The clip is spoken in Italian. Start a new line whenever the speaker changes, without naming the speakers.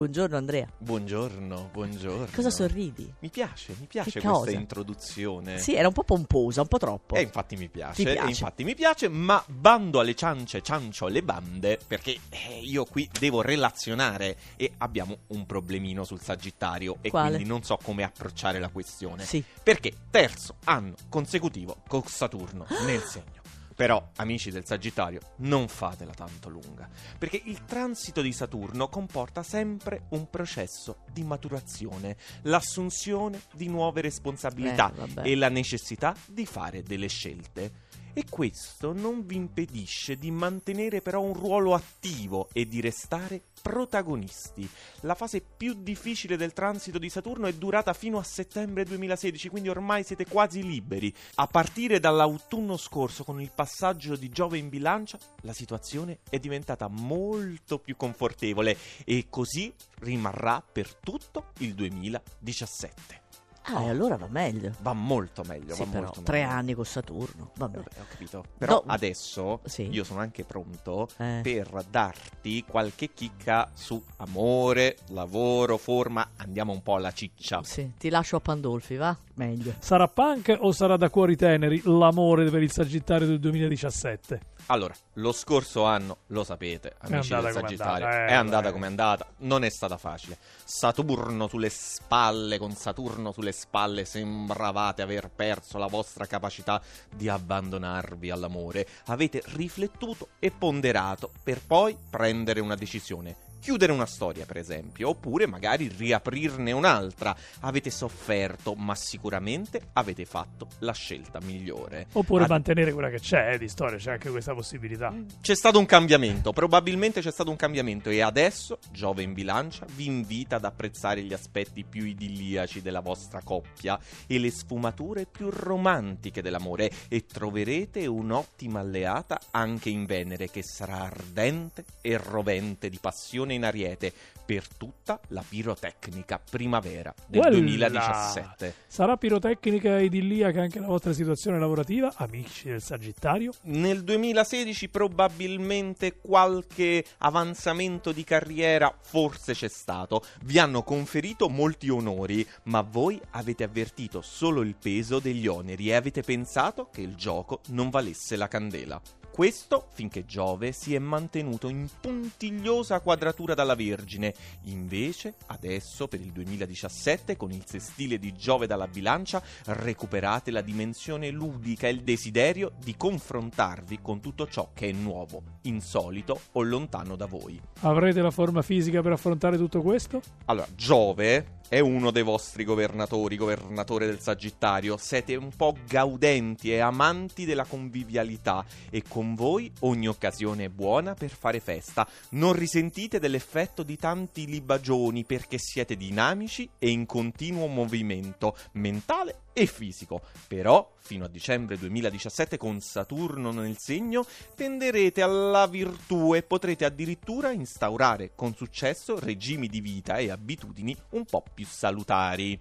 Buongiorno Andrea.
Buongiorno.
Cosa sorridi?
Mi piace
Che
questa
cosa?
introduzione.
Sì, era un po' pomposa, un po' troppo.
Infatti mi
Ti
piace,
piace?
infatti mi piace, ma bando alle ciance, ciancio alle bande, perché io qui devo relazionare e abbiamo un problemino sul Sagittario e
Quale?
quindi non so come approcciare la questione.
Sì.
Perché terzo anno consecutivo con Saturno nel segno. Però, amici del Sagittario, non fatela tanto lunga, perché il transito di Saturno comporta sempre un processo di maturazione, l'assunzione di nuove responsabilità
Vabbè.
e la necessità di fare delle scelte. E questo non vi impedisce di mantenere però un ruolo attivo e di restare protagonisti. La fase più difficile del transito di Saturno è durata fino a settembre 2016, quindi ormai siete quasi liberi. A partire dall'autunno scorso, con il passaggio di Giove in bilancia, la situazione è diventata molto più confortevole e così rimarrà per tutto il 2017.
E allora va meglio.
Va molto meglio,
Sì,
va
però
molto
3
meglio.
anni con Saturno. Vabbè.
Vabbè, ho capito. Però
No.
adesso
Sì.
io sono anche pronto
Eh.
per darti qualche chicca su amore, lavoro, forma. Andiamo un po' alla ciccia.
Sì, ti lascio a Pandolfi, va? Meglio.
Sarà punk o sarà da cuori teneri l'amore per il Sagittario del 2017?
Allora, lo scorso anno, lo sapete, amici
andata
del
come è
Sagittario,
andata,
è andata
dai.
come è andata, non è stata facile. Saturno sulle spalle, con Saturno sulle spalle sembravate aver perso la vostra capacità di abbandonarvi all'amore. Avete riflettuto e ponderato per poi prendere una decisione. Chiudere una storia, per esempio, oppure magari riaprirne un'altra. Avete sofferto, ma sicuramente avete fatto la scelta migliore.
Oppure
Ad-
mantenere quella che c'è di storia, c'è anche questa possibilità.
C'è stato un cambiamento, probabilmente c'è stato un cambiamento e adesso Giove in bilancia vi invita ad apprezzare gli aspetti più idilliaci della vostra coppia e le sfumature più romantiche dell'amore e troverete un'ottima alleata anche in Venere che sarà ardente e rovente di passione in Ariete per tutta la pirotecnica primavera del
Quella!
2017.
Sarà pirotecnica e idilliaca anche la vostra situazione lavorativa, amici del Sagittario?
Nel 2016 probabilmente qualche avanzamento di carriera forse c'è stato, vi hanno conferito molti onori, ma voi avete avvertito solo il peso degli oneri e avete pensato che il gioco non valesse la candela. Questo finché Giove si è mantenuto in puntigliosa quadratura dalla Vergine. Invece, adesso per il 2017, con il sestile di Giove dalla bilancia, recuperate la dimensione ludica e il desiderio di confrontarvi con tutto ciò che è nuovo, insolito o lontano da voi.
Avrete la forma fisica per affrontare tutto questo?
Allora, Giove è uno dei vostri governatori, governatore del Sagittario. Siete un po' gaudenti e amanti della convivialità e con voi ogni occasione è buona per fare festa. Non risentite dell'effetto di tanti libagioni perché siete dinamici e in continuo movimento mentale e fisico. Però, fino a dicembre 2017, con Saturno nel segno, tenderete alla virtù e potrete addirittura instaurare con successo regimi di vita e abitudini un po' più salutari.